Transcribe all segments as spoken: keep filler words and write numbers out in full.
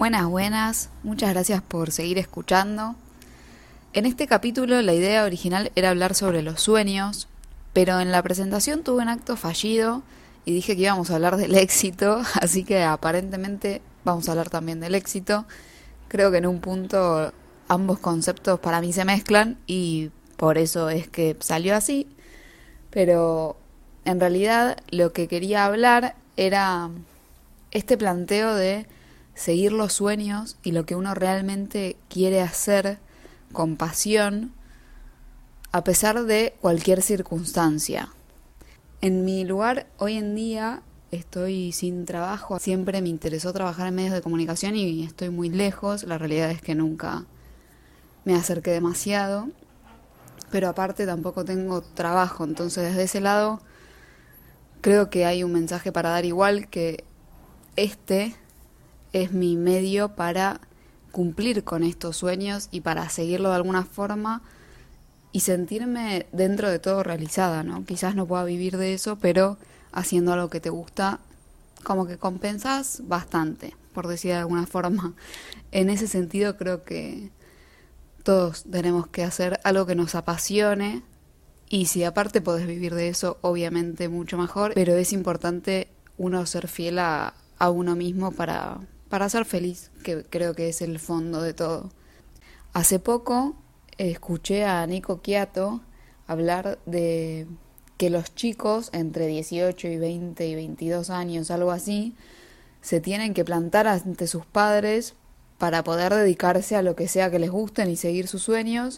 Buenas, buenas, muchas gracias por seguir escuchando. En este capítulo la idea original era hablar sobre los sueños, pero en la presentación tuve un acto fallido y dije que íbamos a hablar del éxito, así que aparentemente vamos a hablar también del éxito. Creo que en un punto ambos conceptos para mí se mezclan y por eso es que salió así, pero en realidad lo que quería hablar era este planteo de seguir los sueños y lo que uno realmente quiere hacer con pasión a pesar de cualquier circunstancia. En mi lugar hoy en día estoy sin trabajo, siempre me interesó trabajar en medios de comunicación y estoy muy lejos, la realidad es que nunca me acerqué demasiado, pero aparte tampoco tengo trabajo, entonces desde ese lado creo que hay un mensaje para dar igual, que este es mi medio para cumplir con estos sueños y para seguirlo de alguna forma y sentirme dentro de todo realizada, ¿no? Quizás no pueda vivir de eso, pero haciendo algo que te gusta, como que compensas bastante, por decir de alguna forma. En ese sentido creo que todos tenemos que hacer algo que nos apasione y si aparte podés vivir de eso, obviamente mucho mejor, pero es importante uno ser fiel a, a uno mismo para... para ser feliz, que creo que es el fondo de todo. Hace poco escuché a Nico Quiato hablar de que los chicos entre dieciocho y veinte y veintidós años, algo así, se tienen que plantar ante sus padres para poder dedicarse a lo que sea que les gusten y seguir sus sueños,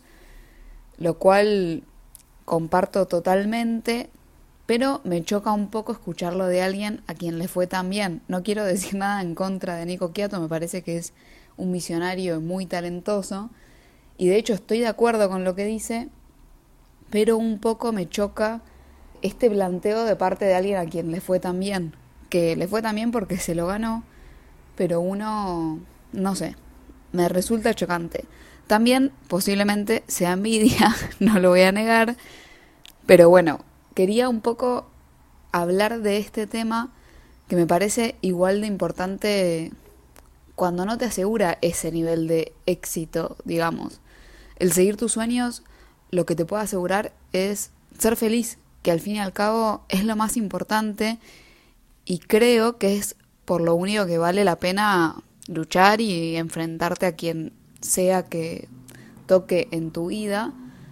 lo cual comparto totalmente. Pero me choca un poco escucharlo de alguien a quien le fue tan bien. No quiero decir nada en contra de Nico Quiato, me parece que es un visionario muy talentoso. Y de hecho estoy de acuerdo con lo que dice, pero un poco me choca este planteo de parte de alguien a quien le fue tan bien. Que le fue tan bien porque se lo ganó, pero uno, no sé, me resulta chocante. También posiblemente sea envidia, no lo voy a negar, pero bueno, quería un poco hablar de este tema que me parece igual de importante cuando no te asegura ese nivel de éxito, digamos. El seguir tus sueños lo que te puede asegurar es ser feliz, que al fin y al cabo es lo más importante y creo que es por lo único que vale la pena luchar y enfrentarte a quien sea que toque en tu vida,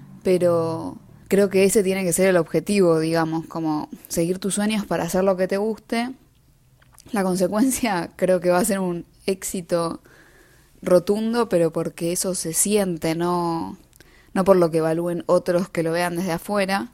pero creo que ese tiene que ser el objetivo, digamos, como seguir tus sueños para hacer lo que te guste. La consecuencia creo que va a ser un éxito rotundo, pero porque eso se siente, no, no por lo que evalúen otros que lo vean desde afuera.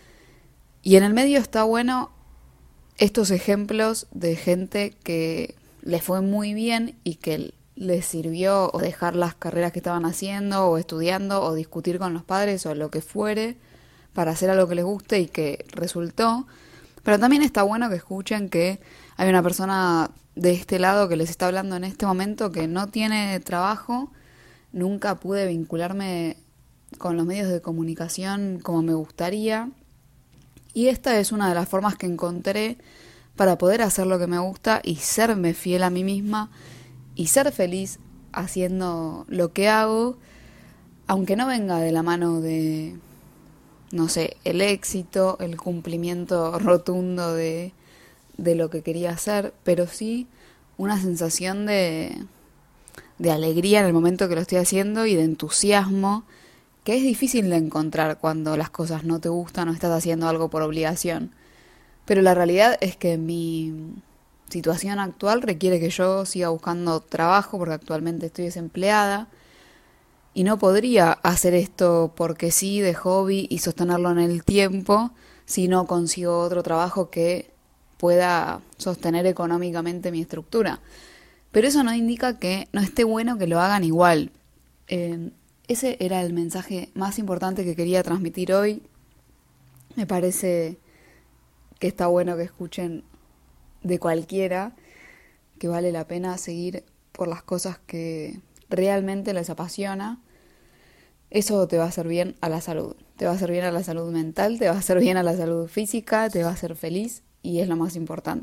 Y en el medio está bueno estos ejemplos de gente que les fue muy bien y que les sirvió o dejar las carreras que estaban haciendo o estudiando o discutir con los padres o lo que fuere para hacer algo que les guste y que resultó. Pero también está bueno que escuchen que hay una persona de este lado que les está hablando en este momento que no tiene trabajo. Nunca pude vincularme con los medios de comunicación como me gustaría. Y esta es una de las formas que encontré para poder hacer lo que me gusta y serme fiel a mí misma y ser feliz haciendo lo que hago, aunque no venga de la mano de, no sé, el éxito, el cumplimiento rotundo de, de lo que quería hacer, pero sí una sensación de, de alegría en el momento que lo estoy haciendo y de entusiasmo, que es difícil de encontrar cuando las cosas no te gustan o estás haciendo algo por obligación. Pero la realidad es que mi situación actual requiere que yo siga buscando trabajo porque actualmente estoy desempleada. Y no podría hacer esto porque sí, de hobby y sostenerlo en el tiempo, si no consigo otro trabajo que pueda sostener económicamente mi estructura. Pero eso no indica que no esté bueno que lo hagan igual. Eh, ese era el mensaje más importante que quería transmitir hoy. Me parece que está bueno que escuchen de cualquiera, que vale la pena seguir por las cosas que realmente les apasiona. Eso te va a hacer bien a la salud. Te va a hacer bien a la salud mental, te va a hacer bien a la salud física, te va a hacer feliz y es lo más importante.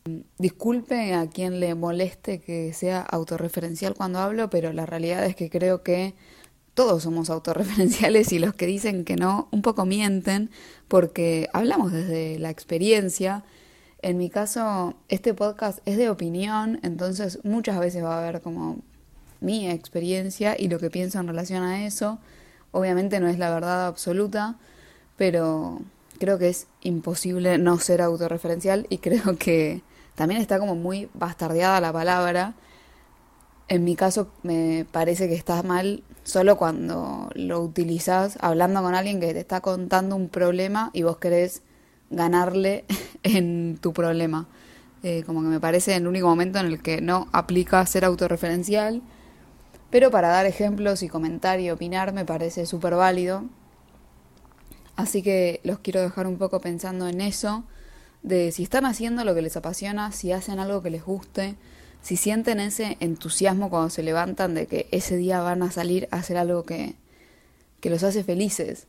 Disculpe a quien le moleste que sea autorreferencial cuando hablo, pero la realidad es que creo que todos somos autorreferenciales y los que dicen que no, un poco mienten porque hablamos desde la experiencia. En mi caso, este podcast es de opinión, entonces muchas veces va a haber como mi experiencia y lo que pienso en relación a eso. Obviamente no es la verdad absoluta, pero creo que es imposible no ser autorreferencial y creo que también está como muy bastardeada la palabra. En mi caso me parece que está mal solo cuando lo utilizás hablando con alguien que te está contando un problema y vos querés ganarle en tu problema. Eh, como que me parece el único momento en el que no aplica ser autorreferencial, pero para dar ejemplos y comentar y opinar me parece súper válido. Así que los quiero dejar un poco pensando en eso, de si están haciendo lo que les apasiona, si hacen algo que les guste, si sienten ese entusiasmo cuando se levantan de que ese día van a salir a hacer algo que, que los hace felices.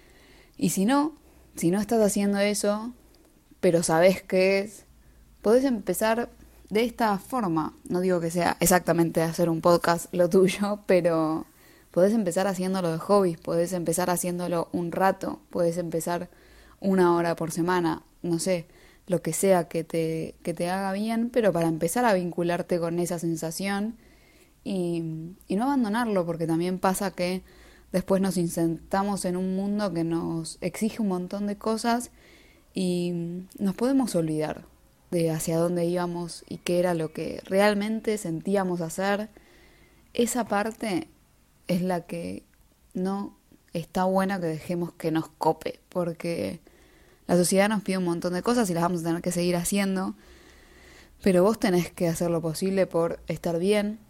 Y si no, si no estás haciendo eso, pero sabés qué es, podés empezar de esta forma. No digo que sea exactamente hacer un podcast lo tuyo, pero podés empezar haciéndolo de hobby, podés empezar haciéndolo un rato, podés empezar una hora por semana, no sé, lo que sea que te, que te haga bien, pero para empezar a vincularte con esa sensación y, y no abandonarlo, porque también pasa que después nos insertamos en un mundo que nos exige un montón de cosas y nos podemos olvidar de hacia dónde íbamos y qué era lo que realmente sentíamos hacer. Esa parte es la que no está buena que dejemos que nos cope, porque la sociedad nos pide un montón de cosas y las vamos a tener que seguir haciendo, pero vos tenés que hacer lo posible por estar bien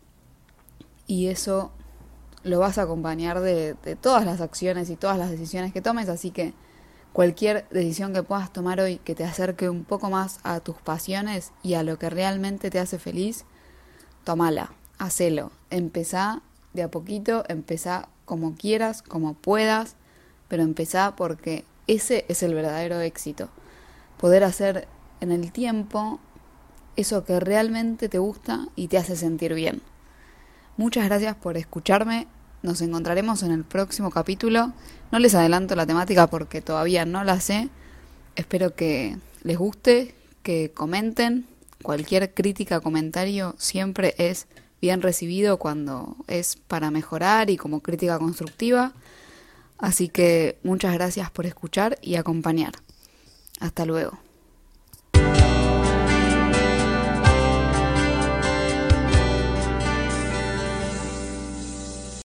y eso lo vas a acompañar de, de todas las acciones y todas las decisiones que tomes, así que cualquier decisión que puedas tomar hoy que te acerque un poco más a tus pasiones y a lo que realmente te hace feliz, tómala, hacelo, empezá de a poquito, empezá como quieras, como puedas, pero empezá porque ese es el verdadero éxito. Poder hacer en el tiempo eso que realmente te gusta y te hace sentir bien. Muchas gracias por escucharme. Nos encontraremos en el próximo capítulo. No les adelanto la temática porque todavía no la sé. Espero que les guste, que comenten. Cualquier crítica, comentario siempre es bien recibido cuando es para mejorar y como crítica constructiva. Así que muchas gracias por escuchar y acompañar. Hasta luego.